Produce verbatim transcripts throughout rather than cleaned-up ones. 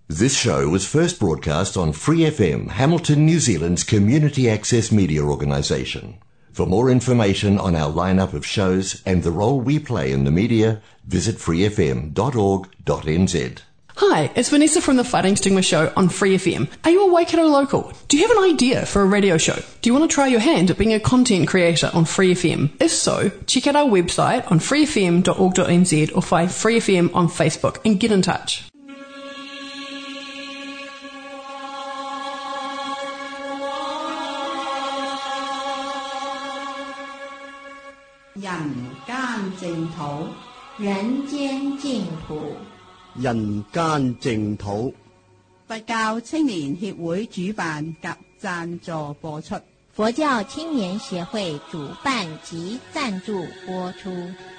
This show was first broadcast on Free F M, Hamilton, New Zealand's community access media organisation. For more information on our lineup of shows and the role we play in the media, visit free f m dot org dot n z. Hi, it's Vanessa from the Fighting Stigma Show on Free F M. Are you a Waikato local? Do you have an idea for a radio show? Do you want to try your hand at being a content creator on Free F M? If so, check out our website on free f m dot org dot n z or find Free F M on Facebook and get in touch. 人間淨土，人間淨土， 人間淨土。 佛教青年協會主辦及贊助播出。 佛教青年協會主辦及贊助播出。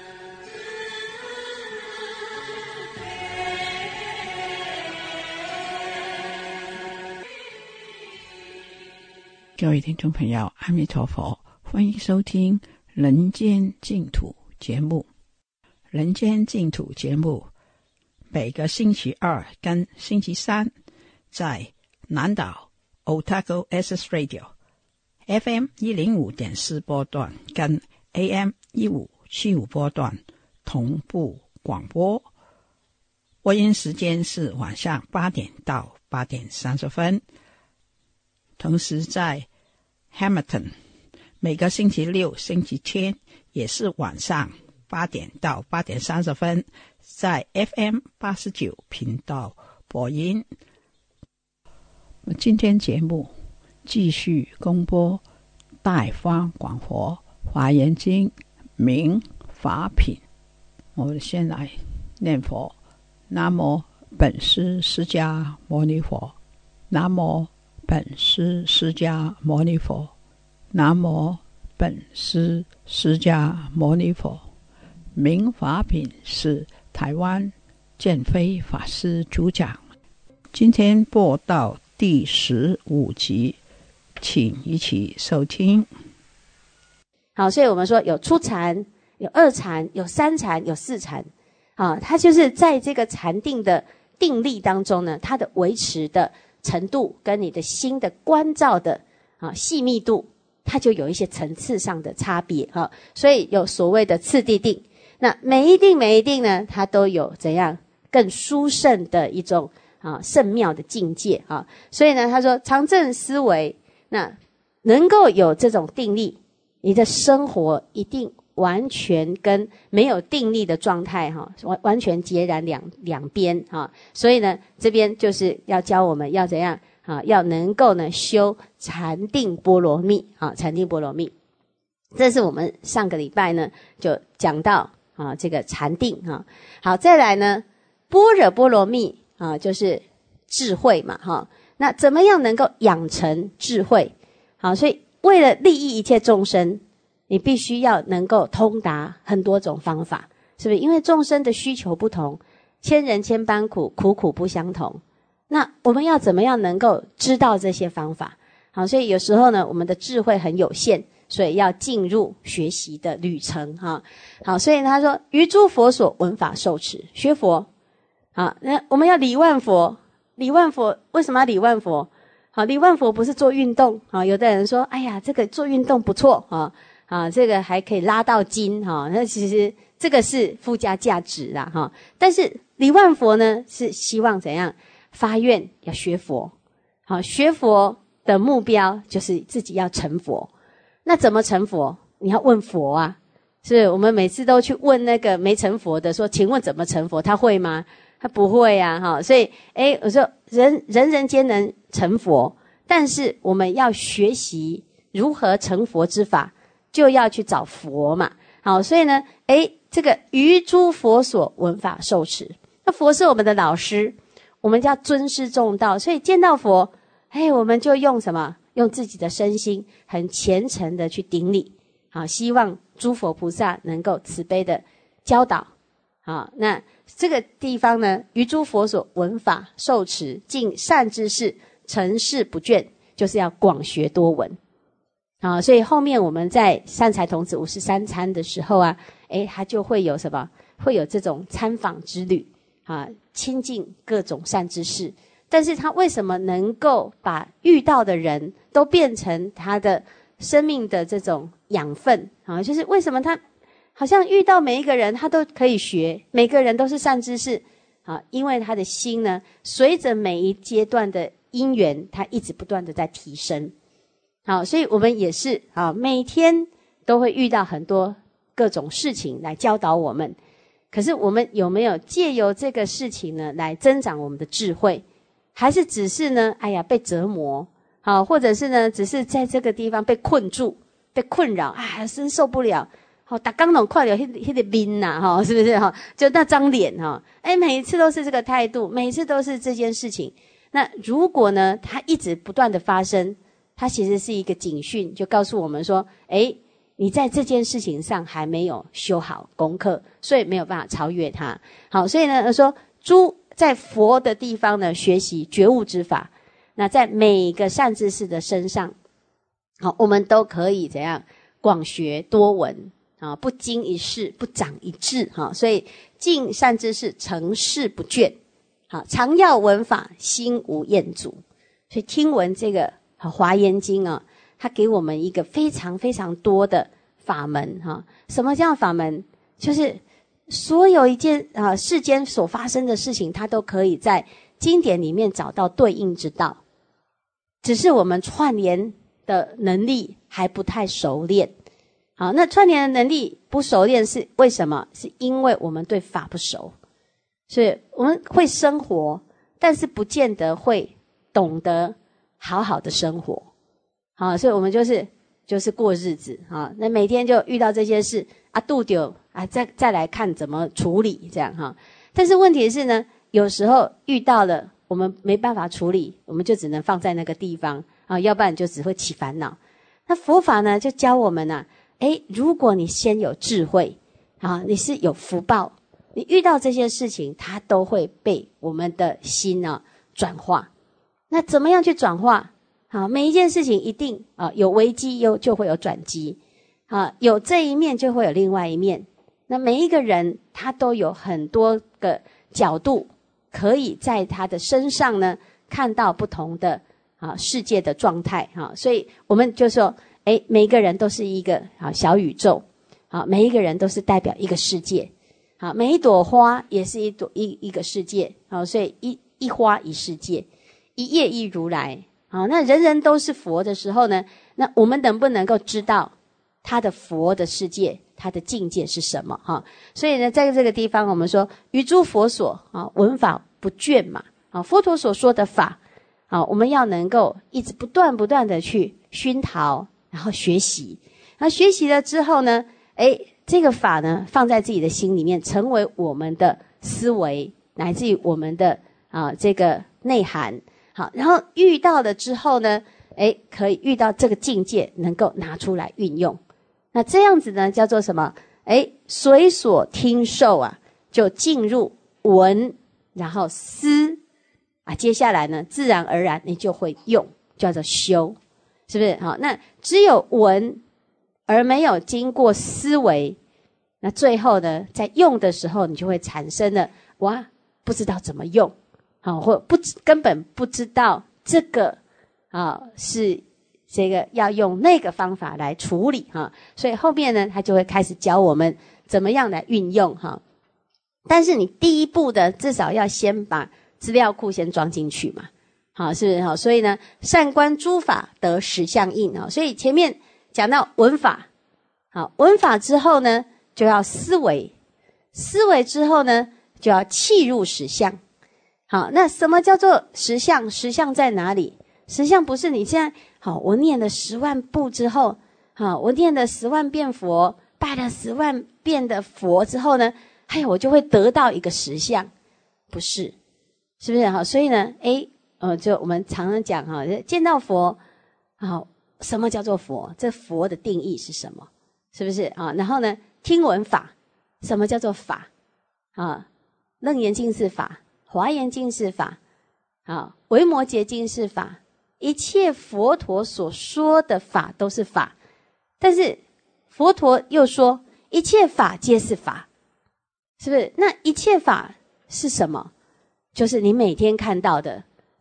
各位听众朋友，阿弥陀佛，欢迎收听人间净土节目。人间净土节目每个星期二跟星期三在南岛 Otago S S Radio F M 一零五点四波段跟 A M 一五七五波段同步广播。播音时间是晚上八点到八点三十分。同时在 Hamilton每个星期六星期天也是晚上八点到八点三十分在 F M 八十九频道播音。今天节目继续公播大方广佛华严经明法品。我们先来念佛。南无本师释迦牟尼佛，南无本师释迦牟尼佛，南无本师释迦牟尼佛。明法品是台湾建飞法师主讲。今天播到第十五集，请一起收听。 好，所以我们说有初禅，有二禅，有三禅，有四禅。啊，它就是在这个禅定的定力当中呢，它的维持的程度跟你的心的关照的啊细密度，它就有一些层次上的差别哈、啊。所以有所谓的次第定，那每一定每一定呢，它都有怎样更殊胜的一种啊圣妙的境界啊。所以呢，他说常正思维，那能够有这种定力，你的生活一定完全跟没有定力的状态哈，完完全截然两两边哈。所以呢，这边就是要教我们要怎样啊，要能够呢修禅定波罗蜜啊，禅定波罗蜜。这是我们上个礼拜呢就讲到啊这个禅定哈。好，再来呢般若波罗蜜啊，就是智慧嘛哈。那怎么样能够养成智慧？好，所以为了利益一切众生，你必须要能够通达很多种方法，是不是？因为众生的需求不同，千人千般苦，苦苦不相同。那我们要怎么样能够知道这些方法？好，所以有时候呢，我们的智慧很有限，所以要进入学习的旅程哈。好，所以他说于诸佛所闻法受持，学佛。好，那我们要礼万佛，礼万佛为什么要礼万佛？好，礼万佛不是做运动啊。有的人说，哎呀，这个做运动不错啊。啊，这个还可以拉到筋哈，那其实这个是附加价值啦哈。但是礼万佛呢，是希望怎样发愿要学佛，好，学佛的目标就是自己要成佛。那怎么成佛？你要问佛啊，是我们每次都去问那个没成佛的，说，请问怎么成佛？他会吗？他不会啊哈。所以，诶，我说人人人皆能成佛，但是我们要学习如何成佛之法。就要去找佛嘛，好，所以呢，诶，这个于诸佛所闻法受持，那佛是我们的老师，我们要尊师重道，所以见到佛，诶，我们就用什么？用自己的身心很虔诚的去顶礼，好，希望诸佛菩萨能够慈悲的教导，好，那这个地方呢，于诸佛所闻法受持，尽善知识，成事不倦，就是要广学多闻。啊，所以后面我们在善财童子五十三参的时候啊，诶，他就会有什么？会有这种参访之旅啊，亲近各种善知识， 但是他为什么能够把遇到的人都变成他的生命的这种养分啊？就是为什么他好像遇到每一个人他都可以学，每个人都是善知识啊？因为他的心呢，随着每一阶段的因缘，他一直不断的在提升。好，所以我们也是啊，每天都会遇到很多各种事情来教导我们。可是我们有没有借由这个事情呢，来增长我们的智慧？还是只是呢，哎呀，被折磨，好，或者是呢，只是在这个地方被困住、被困扰，哎，真受不了。好，打刚拢快了，那那个面呐，哈，是不是哈？就那张脸哈，哎，每一次都是这个态度，每一次都是这件事情。那如果呢，它一直不断的发生，它其实是一个警讯，就告诉我们说，哎，你在这件事情上还没有修好功课，所以没有办法超越它。好，所以呢，说诸在佛的地方呢，学习觉悟之法。那在每个善知识的身上，好，我们都可以怎样广学多闻啊，不经一事，不长一智哈。所以敬善知识，成事不倦。好，常要闻法，心无厌足。所以听闻这个《华严经》啊，它给我们一个非常非常多的法门哈。什么叫法门？就是所有一件啊世间所发生的事情，它都可以在经典里面找到对应之道，只是我们串联的能力还不太熟练。好，那串联的能力不熟练是为什么？是因为我们对法不熟，所以我们会生活，但是不见得会懂得好好的生活。好，所以我们就是就是过日子啊，那每天就遇到这些事啊，度丢啊，再再来看怎么处理这样哈。但是问题是呢，有时候遇到了我们没办法处理，我们就只能放在那个地方啊，要不然就只会起烦恼。那佛法呢，就教我们啊，诶，如果你先有智慧啊，你是有福报，你遇到这些事情，它都会被我们的心啊转化。那怎么样去转化？好，每一件事情一定啊有危机，有就会有转机，啊，有这一面就会有另外一面。那每一个人他都有很多个角度，可以在他的身上呢看到不同的啊世界的状态哈。所以我们就说，哎，每一个人都是一个啊小宇宙，啊，每一个人都是代表一个世界，好，每一朵花也是一朵一一个世界，好，所以一一花一世界，一叶一如来。好，那人人都是佛的时候呢，那我们能不能够知道他的佛的世界，他的境界是什么哈？所以呢，在这个地方我们说，于诸佛所啊，闻法不倦嘛。啊，佛陀所说的法啊，我们要能够一直不断不断的去熏陶，然后学习。那学习了之后呢，诶，这个法呢放在自己的心里面，成为我们的思维，乃至于我们的啊这个内涵。好，然后遇到了之后呢，诶，可以遇到这个境界，能够拿出来运用。那这样子呢，叫做什么？诶，随所听受啊，就进入闻，然后思啊，接下来呢，自然而然你就会用，叫做修，是不是？好，那只有闻而没有经过思维，那最后呢，在用的时候，你就会产生了哇，不知道怎么用。好，或不根本不知道这个啊是这个要用那个方法来处理哈，所以后面呢，他就会开始教我们怎么样来运用哈。但是你第一步的至少要先把资料库先装进去嘛，好，是不是？好，所以呢，善观诸法得实相应啊。所以前面讲到闻法，好，闻法之后呢，就要思维，思维之后呢，就要契入实相。好，那什么叫做实相？实相在哪里？实相不是你现在好，我念了十万部之后，好，我念了十万遍佛，拜了十万遍的佛之后呢，哎，我就会得到一个实相，不是，是不是？好，所以呢，诶，呃，就我们常常讲哈，见到佛，好，什么叫做佛？这佛的定义是什么？是不是啊？然后呢，听闻法，什么叫做法？啊，楞严经是法。华严经是法，啊，维摩诘经是法，一切佛陀所说的法都是法，但是佛陀又说一切法皆是法，是不是？那一切法是什么？就是你每天看到的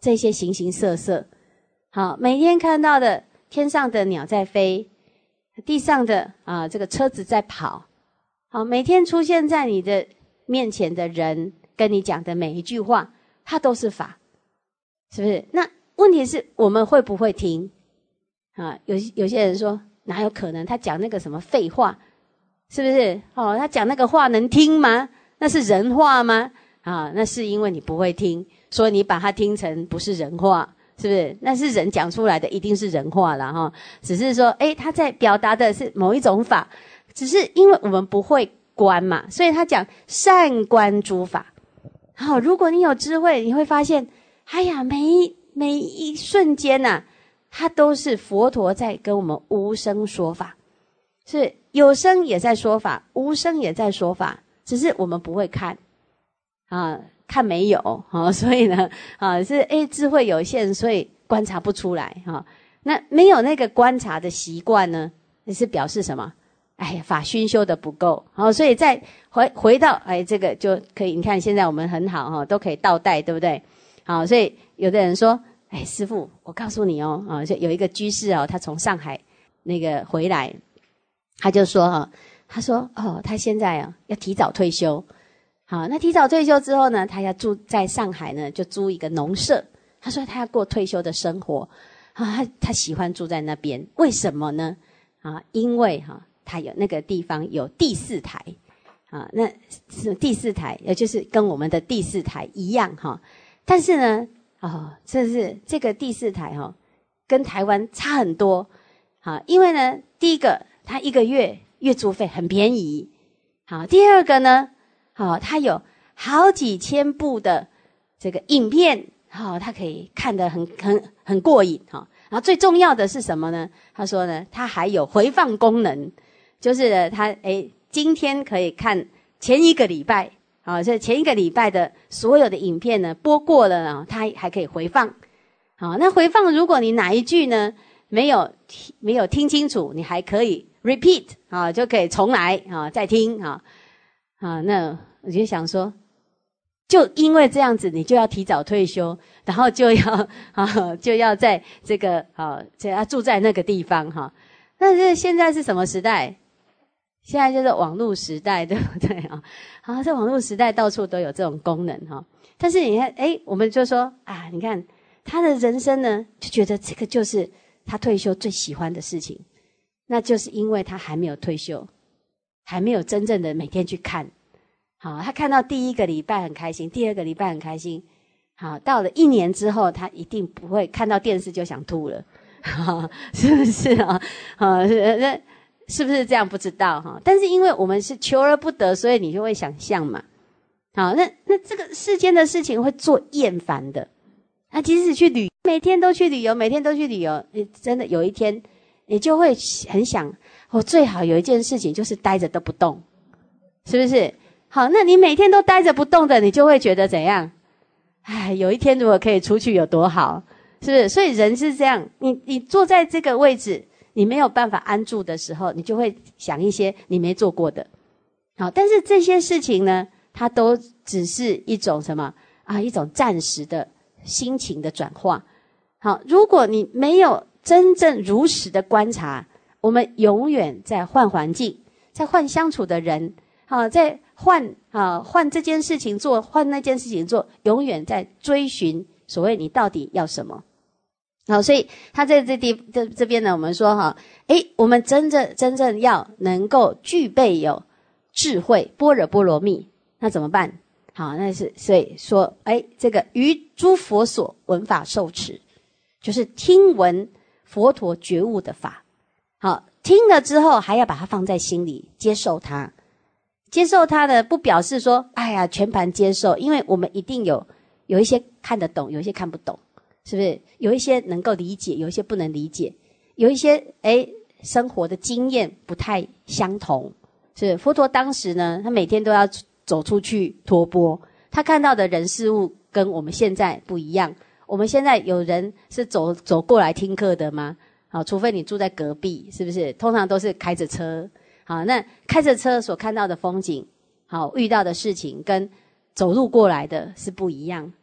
这些形形色色。好，每天看到的天上的鸟在飞，地上的啊这个车子在跑，好，每天出现在你的面前的人跟你讲的每一句话，它都是法，是不是？那问题是我们会不会听啊？有有些人说哪有可能，他讲那个什么废话，是不是？哦，他讲那个话能听吗？那是人话吗？啊，那是因为你不会听，所以你把它听成不是人话。是不是？那是人讲出来的，一定是人话啦哈。只是说，诶，他在表达的是某一种法，只是因为我们不会观嘛，所以他讲善观诸法。好，如果你有智慧，你会发现，哎呀，每一每一瞬间呐、啊，它都是佛陀在跟我们无声说法，是有声也在说法，无声也在说法，只是我们不会看啊。看没有啊、哦，所以呢啊是诶智慧有限，所以观察不出来哈、哦。那没有那个观察的习惯呢，也是表示什么？哎呀，法熏修的不够。好、哦，所以再回回到哎这个就可以，你看现在我们很好哈、哦，都可以倒带，对不对？好，所以有的人说，哎师父，我告诉你哦啊，就有一个居士哦，他从上海那个回来，他就说哈、哦，他说哦，他现在啊要提早退休。好，那提早退休之后呢，他要住在上海呢，就租一个农舍。他说他要过退休的生活，啊，他他喜欢住在那边，为什么呢？啊，因为哈、啊，他有那个地方有第四台，啊，那是第四台，也就是跟我们的第四台一样哈、啊。但是呢，哦，这是这个第四台哈、啊，跟台湾差很多，啊，因为呢，第一个他一个月月租费很便宜，好，第二个呢。好、哦，他有好几千部的这个影片，好、哦，他可以看得很很很过瘾哈、哦。然后最重要的是什么呢？他说呢，他还有回放功能，就是呢他诶今天可以看前一个礼拜，啊、哦，这前一个礼拜的所有的影片呢播过了啊，他还可以回放。好、哦，那回放如果你哪一句呢没有没有听清楚，你还可以 repeat 啊、哦，就可以重来啊、哦，再听啊。啊，那我就想说，就因为这样子，你就要提早退休，然后就要啊，就要在这个啊，就要住在那个地方哈。那这现在是什么时代？现在就是网络时代，对不对啊？啊，在网络时代到处都有这种功能哈。但是你看，诶，我们就说啊，你看他的人生呢，就觉得这个就是他退休最喜欢的事情，那就是因为他还没有退休。还没有真正的每天去看，好，他看到第一个礼拜很开心，第二个礼拜很开心，好，到了一年之后，他一定不会看到电视就想吐了，好，是不是啊？好，那是不是这样？不知道哈。但是因为我们是求而不得，所以你就会想象嘛。好，那那这个世间的事情会做厌烦的。那即使去旅，每天都去旅游，每天都去旅游，你真的有一天，你就会很想。我、哦、最好有一件事情就是待着都不动，是不是？好，那你每天都待着不动的，你就会觉得怎样？哎，有一天如果可以出去有多好，是不是？所以人是这样，你你坐在这个位置，你没有办法安住的时候，你就会想一些你没做过的。好，但是这些事情呢，它都只是一种什么啊？一种暂时的心情的转化。好，如果你没有真正如实的观察，我们永远在换环境，在换相处的人，好，在换啊换这件事情做，换那件事情做，永远在追寻所谓你到底要什么。好，所以他在这地这这边呢，我们说哈，诶，我们真正真正要能够具备有智慧般若波罗蜜，那怎么办？好，那是所以说，诶，这个于诸佛所闻法受持，就是听闻佛陀觉悟的法。好，听了之后还要把它放在心里，接受它。接受它的不表示说，哎呀，全盘接受，因为我们一定有有一些看得懂，有一些看不懂，是不是？有一些能够理解，有一些不能理解，有一些诶生活的经验不太相同。是佛陀当时呢，他每天都要走出去托钵，他看到的人事物跟我们现在不一样。我们现在有人是走走过来听课的吗？好，除非你住在隔壁，是不是？通常都是开着车。好，那开着车所看到的风景，好，遇到的事情跟走路过来的是不一样，是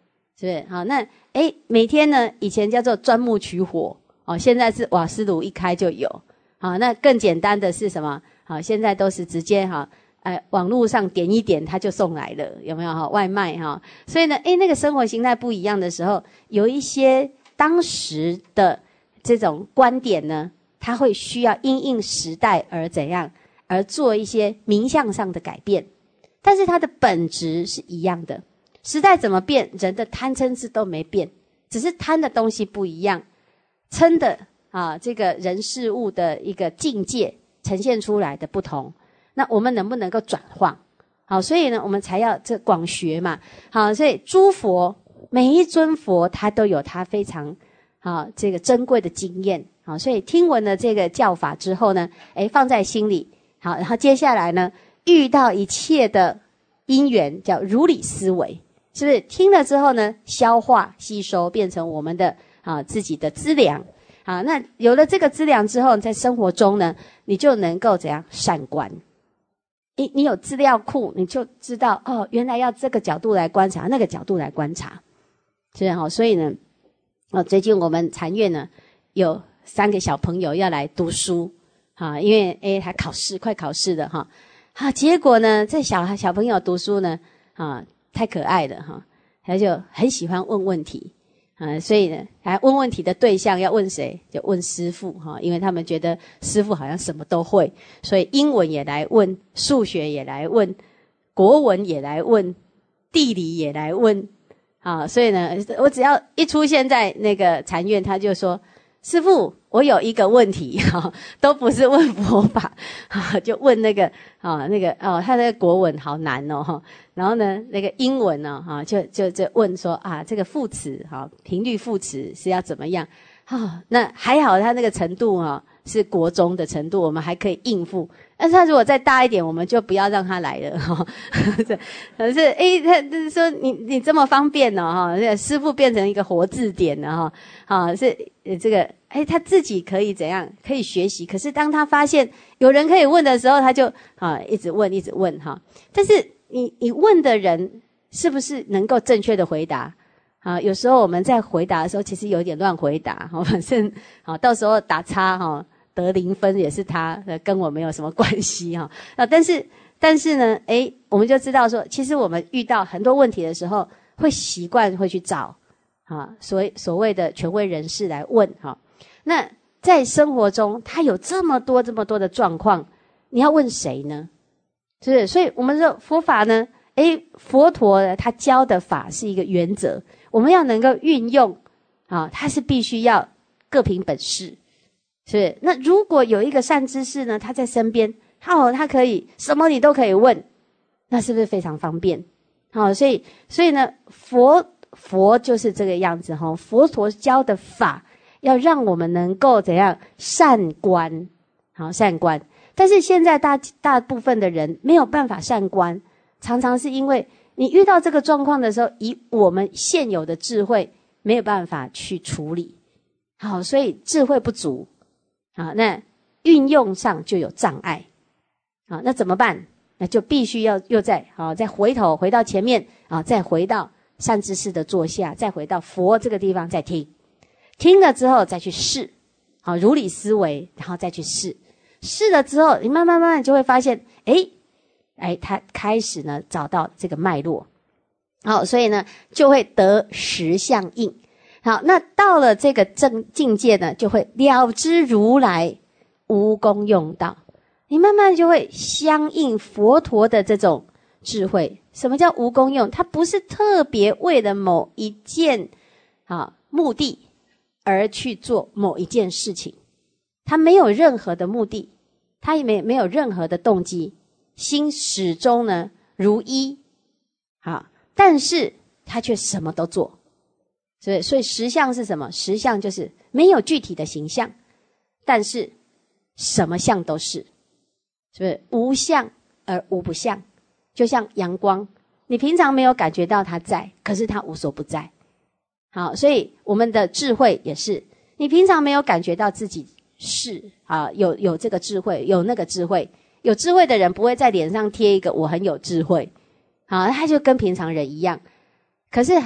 是不是？好，那诶每天呢，以前叫做钻木取火，哦，现在是瓦斯炉一开就有。好，那更简单的是什么？好，现在都是直接哈，呃，网络上点一点它就送来了，有没有哈？外卖哈，所以呢，诶那个生活形态不一样的时候，有一些当时的这种观点呢，它会需要因应时代而怎样，而做一些名相上的改变，但是它的本质是一样的。时代怎么变，人的贪嗔痴都没变，只是贪的东西不一样，嗔的啊，这个人事物的一个境界呈现出来的不同，那我们能不能够转化？好，所以呢，我们才要这广学嘛。好，所以诸佛每一尊佛，他都有他非常好这个珍贵的经验。好，所以听闻了这个教法之后呢，诶放在心里。好，然后接下来呢，遇到一切的因缘，叫如理思维，是不是？听了之后呢，消化吸收，变成我们的啊自己的资粮。好，那有了这个资粮之后，在生活中呢，你就能够怎样善观？你你有资料库，你就知道哦，原来要这个角度来观察，那个角度来观察，是哈。所以呢，哦，最近我们禅院呢有三个小朋友要来读书，哈，因为诶还考试，快考试了哈。好，结果呢，这小小朋友读书呢，啊，太可爱了哈，他就很喜欢问问题。啊，所以呢，还问问题的对象要问谁？就问师父哈，因为他们觉得师父好像什么都会，所以英文也来问，数学也来问，国文也来问，地理也来问，啊，所以呢，我只要一出现在那个禅院，他就说：“师父，我有一个问题，哈，都不是问佛法，啊，就问那个啊，那个哦，他的国文好难哦，哈。”然后呢，那个英文呢，哈，就就就问说啊，这个副词哈，频率副词是要怎么样？啊，那还好，他那个程度哈是国中的程度，我们还可以应付。但是他如果再大一点，我们就不要让他来了哈。可是诶，他就是说你你这么方便呢哈，这个师父变成一个活字典了哈，啊是这个诶，他自己可以怎样可以学习？可是当他发现有人可以问的时候，他就啊一直问一直问哈，但是。你你问的人是不是能够正确的回答啊？有时候我们在回答的时候，其实有点乱回答，哈，反正好到时候打叉哈得零分也是他，跟我没有什么关系哈。啊，但是但是呢，诶，我们就知道说，其实我们遇到很多问题的时候，会习惯会去找啊所谓所谓的权威人士来问哈。那在生活中，他有这么多这么多的状况，你要问谁呢？是不是？所以我们说佛法呢，诶，佛陀他教的法是一个原则，我们要能够运用啊，它是必须要各凭本事，是不是？那如果有一个善知识呢，他在身边，好，他可以什么你都可以问，那是不是非常方便？好，所以所以呢，佛佛就是这个样子哈，佛陀教的法要让我们能够怎样善观，好善观。但是现在大大部分的人没有办法善观，常常是因为你遇到这个状况的时候，以我们现有的智慧没有办法去处理，好，所以智慧不足，好，那运用上就有障碍，好，那怎么办？那就必须要又再好再回头回到前面啊，再回到善知识的座下，再回到佛这个地方再听，听了之后再去试，好，如理思维，然后再去试。试了之后，你慢慢慢慢就会发现，诶，诶，他开始呢找到这个脉络，好，所以呢就会得实相应。好，那到了这个正境界呢，就会了知如来无功用道，你慢慢就会相应佛陀的这种智慧。什么叫无功用？它不是特别为了某一件啊目的而去做某一件事情，它没有任何的目的。他也没没有任何的动机，心始终呢如一，好，但是他却什么都做，所以所以实相是什么？实相就是没有具体的形象，但是什么相都是，是不是无相而无不相？就像阳光，你平常没有感觉到它在，可是它无所不在。好，所以我们的智慧也是，你平常没有感觉到自己。是啊，有有这个智慧，有那个智慧，有智慧的人不会在脸上贴一个我很有智慧，好，他就跟平常人一样。可是很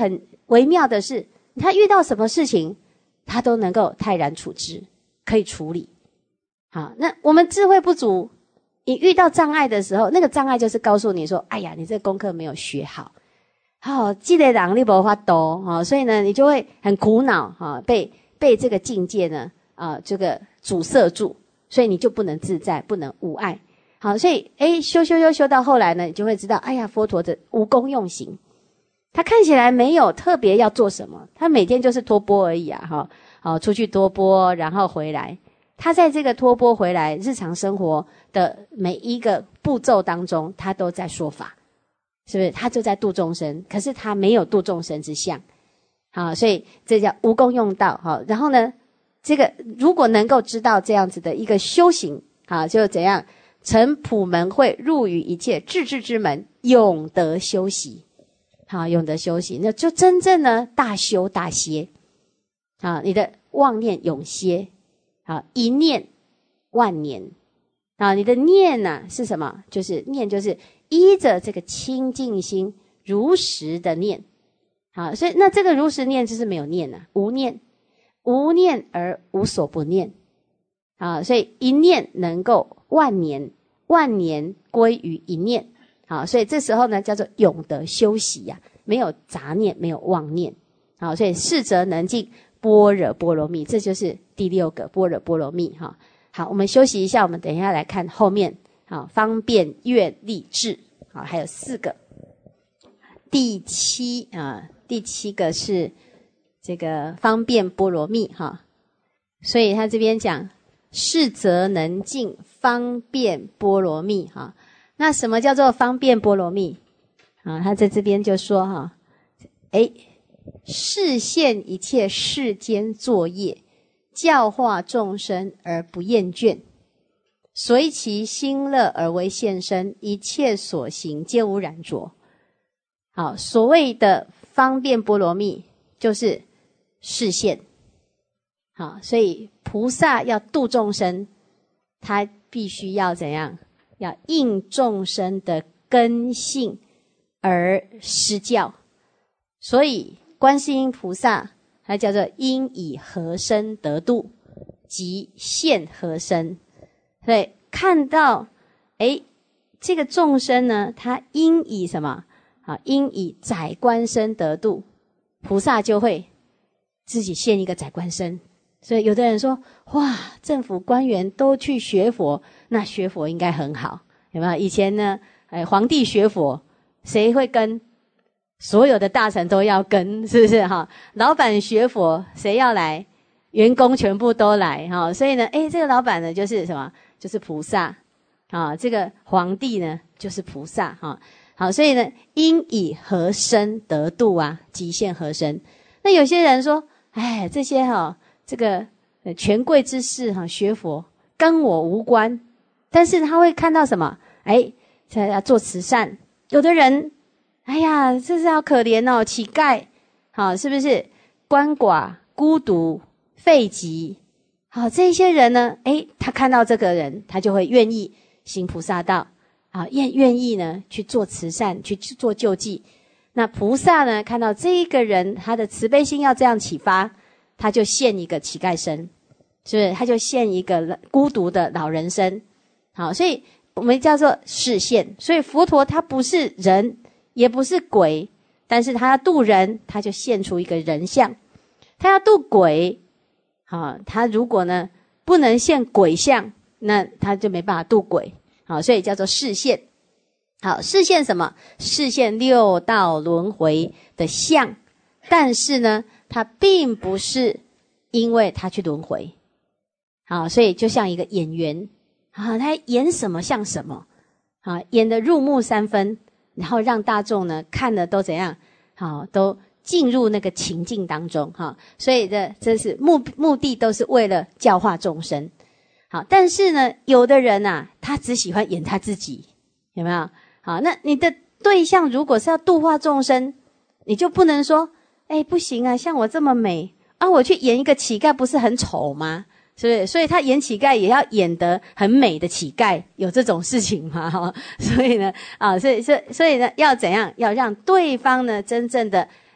微妙的是，他遇到什么事情，他都能够泰然处之，可以处理。好，那我们智慧不足，你遇到障碍的时候，那个障碍就是告诉你说，哎呀，你这功课没有学好。好，这个人你没法度，哈，所以呢，你就会很苦恼，哈，被被这个境界呢，啊、呃，这个阻塞住，所以你就不能自在，不能无碍。好，所以诶修修修修到后来呢，你就会知道，哎呀，佛陀的无功用行，他看起来没有特别要做什么，他每天就是托钵而已啊，哈，好，出去托钵，然后回来，他在这个托钵回来日常生活的每一个步骤当中，他都在说法，是不是？他就在度众生，可是他没有度众生之相，好，所以这叫无功用道，好，然后呢，这个如果能够知道这样子的一个修行，好，就怎样？成普门会，入于一切智智之门，永得修习。好，永得修习，那就真正呢大修大歇。好，你的妄念永歇。好，一念万年。好，你的念呢、啊、是什么？就是念，就是依着这个清净心，如实的念。好，所以那这个如实念就是没有念啊，无念，无念而无所不念。好，所以一念能够万年，万年归于一念。好，所以这时候呢叫做永得修习呀、啊，没有杂念，没有妄念。好，所以是则能尽般若波罗蜜，这就是第六个般若波罗蜜哈。好，我们休息一下，我们等一下来看后面。好，方便愿力智，好，还有四个。第七啊，第七个是这个方便波罗蜜哈，所以他这边讲。是则能尽方便波罗蜜哈，那什么叫做方便波罗蜜啊？他在这边就说哈，诶，示现一切世间作业，教化众生而不厌倦，随其心乐而为现身，一切所行皆无染着。好，所谓的方便波罗蜜就是示现。好，所以菩萨要度众生，他必须要怎样？要应众生的根性而施教。所以观世音菩萨他叫做应以何身得度，即现何身。所以看到诶这个众生呢，他应以什么？啊，应以宰官身得度，菩萨就会自己现一个宰官身。所以有的人说，哇，政府官员都去学佛，那学佛应该很好，有没有？以前呢，哎，皇帝学佛，谁会跟？所有的大臣都要跟，是不是哈？老板学佛，谁要来？员工全部都来哈。所以呢，哎，这个老板呢，就是什么？就是菩萨啊。这个皇帝呢，就是菩萨哈。好，所以呢，应以何身得度啊？即现何身？那有些人说，哎，这些哈。这个权贵之士哈，学佛跟我无关，但是他会看到什么？哎，要做慈善。有的人，哎呀，这是好可怜哦，乞丐，好，是不是？鳏寡、孤独、废疾，好，这些人呢，哎，他看到这个人，他就会愿意行菩萨道，啊，愿愿意呢去做慈善，去做救济。那菩萨呢，看到这个人，他的慈悲心要这样启发。他就现一个乞丐身，是不是？他就现一个孤独的老人身。好，所以我们叫做示现。所以佛陀他不是人，也不是鬼，但是他要度人，他就现出一个人相。他要度鬼，好，他如果呢不能现鬼相，那他就没办法度鬼。好，所以叫做示现。好，示现什么？示现六道轮回的相，但是呢。他并不是因为他去轮回，好，所以就像一个演员，啊，他演什么像什么，啊，演得入木三分，然后让大众呢看的都怎样，好，都进入那个情境当中，哈，所以这这是目目的都是为了教化众生，好，但是呢，有的人啊，他只喜欢演他自己，有没有？好，那你的对象如果是要度化众生，你就不能说。哎，不行啊！像我这么美啊，我去演一个乞丐，不是很丑吗？是不是？所以他演乞丐也要演得很美的乞丐，有这种事情吗？哈，所以呢，啊，所以所以所以呢，要怎样？要让对方呢真正的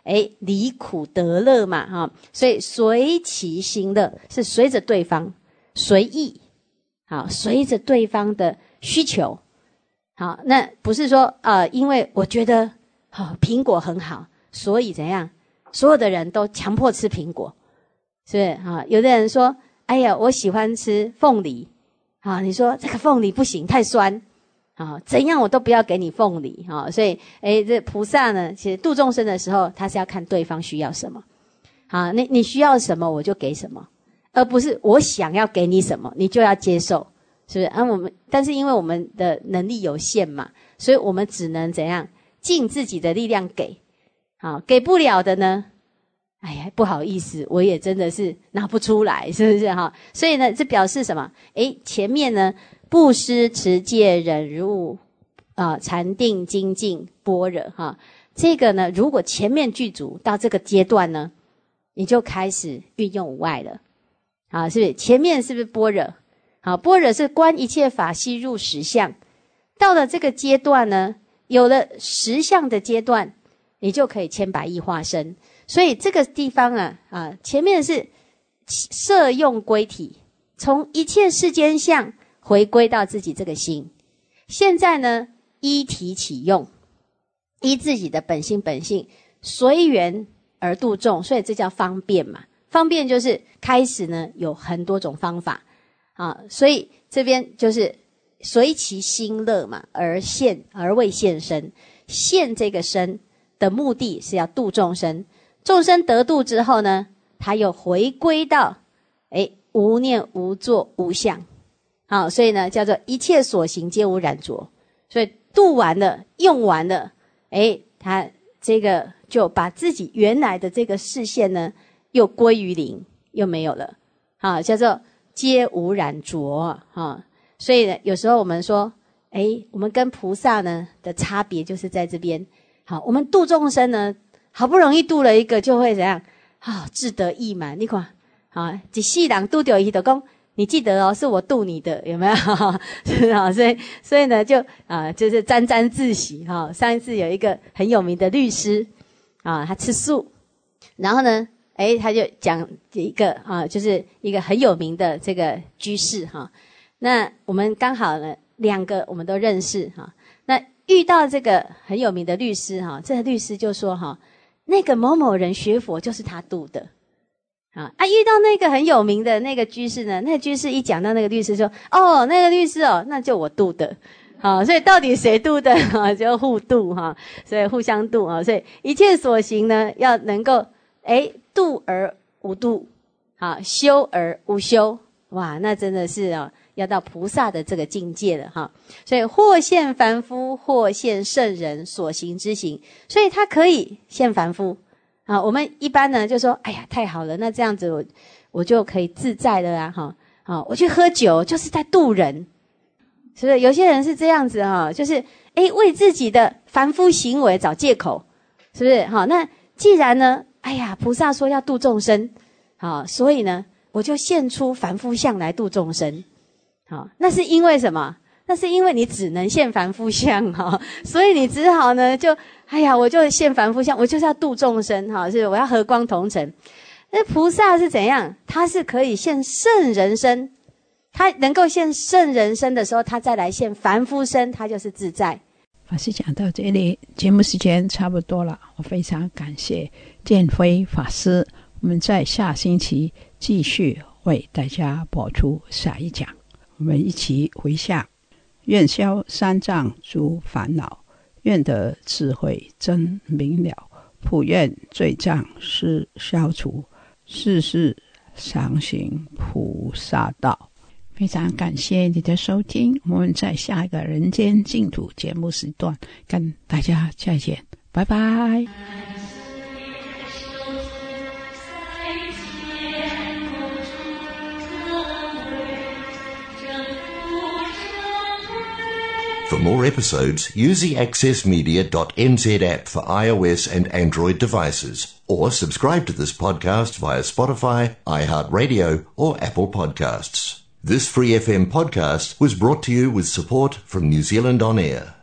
诶离苦得乐嘛哈、哦，所以随其心乐是随着对方随意，好，随着对方的需求，好，那不是说呃因为我觉得好、哦、苹果很好，所以怎样所有的人都强迫吃苹果，是不是啊？有的人说哎呀我喜欢吃凤梨，啊你说这个凤梨不行太酸，啊，怎样我都不要给你凤梨啊！所以，诶，这菩萨呢，其实度众生的时候，他是要看对方需要什么，好，你你需要什么我就给什么，而不是我想要给你什么你就要接受，是不是？啊，我们但是因为我们的能力有限嘛，所以我们只能怎样尽自己的力量给，好，给不了的呢，哎呀，不好意思，我也真的是拿不出来，是不是哈？所以呢，这表示什么？诶，前面呢。布施、持戒、忍辱、啊、禅定、精进、般若哈，这个呢，如果前面具足到这个阶段呢，你就开始运用无碍了，啊，是不是？前面是不是般若？好，般若是观一切法悉入实相。到了这个阶段呢，有了实相的阶段，你就可以千百亿化身。所以这个地方啊，啊，前面是摄用归体，从一切世间相。回归到自己这个心，现在呢依体起用，依自己的本性本性随缘而度众，所以这叫方便嘛。方便就是开始呢有很多种方法啊，所以这边就是随其心乐嘛，而现而为现身。现这个身的目的是要度众生，众生得度之后呢，他又回归到诶无念无作无相。好，所以呢，叫做一切所行皆无染着，所以度完了，用完了，诶，他这个就把自己原来的这个视线呢，又归于零，又没有了，好，叫做皆无染着，哈。所以呢，有时候我们说，诶，我们跟菩萨呢的差别就是在这边。好，我们度众生呢，好不容易度了一个，就会怎样？啊、哦，志得意满，你看，好，一世人度到伊就讲。你记得哦，是我度你的，有没有？是啊，所以所以呢，就啊、呃，就是沾沾自喜哈、哦。上一次有一个很有名的律师啊，他吃素，然后呢，诶，他就讲一个啊，就是一个很有名的这个居士哈、啊。那我们刚好呢，两个我们都认识哈、啊。那遇到这个很有名的律师哈、啊，这个律师就说哈、啊，那个某某人学佛就是他度的。啊啊！遇到那个很有名的那个居士呢，那个居士一讲到那个律师说：“哦，那个律师哦，那就我度的。”好，所以到底谁度的啊？就互度哈，所以互相度啊。所以一切所行呢，要能够诶度而无度，好修而无修，哇，那真的是啊，要到菩萨的这个境界了哈。所以或现凡夫，或现圣人所行之行，所以他可以现凡夫。啊，我们一般呢就说，哎呀，太好了，那这样子我我就可以自在了啊，哈，啊，我去喝酒就是在度人，是不是？有些人是这样子哈，就是诶为自己的凡夫行为找借口，是不是？好，那既然呢，哎呀，菩萨说要度众生，好，所以呢，我就现出凡夫相来度众生，好，那是因为什么？那是因为你只能现凡夫相哈，所以你只好呢就。哎呀，我就现凡夫相，我就是要度众生哈，是我要和光同尘。那菩萨是怎样？他是可以现圣人身，他能够现圣人身的时候，他再来现凡夫身，他就是自在。 法师讲到这里，节目时间差不多了，我非常感谢建辉法师，我们在下星期继续为大家播出下一讲，我们一起回向，愿消三障诸烦恼。愿得智慧真明了，普愿罪障悉消除，世世常行菩萨道。非常感谢你的收听，我们在下一个人间净土节目时段跟大家再见，拜拜。 For more episodes, use the access media dot n z app for iOS and Android devices, or subscribe to this podcast via Spotify, iHeartRadio, or Apple Podcasts. This Free F M podcast was brought to you with support from New Zealand On Air.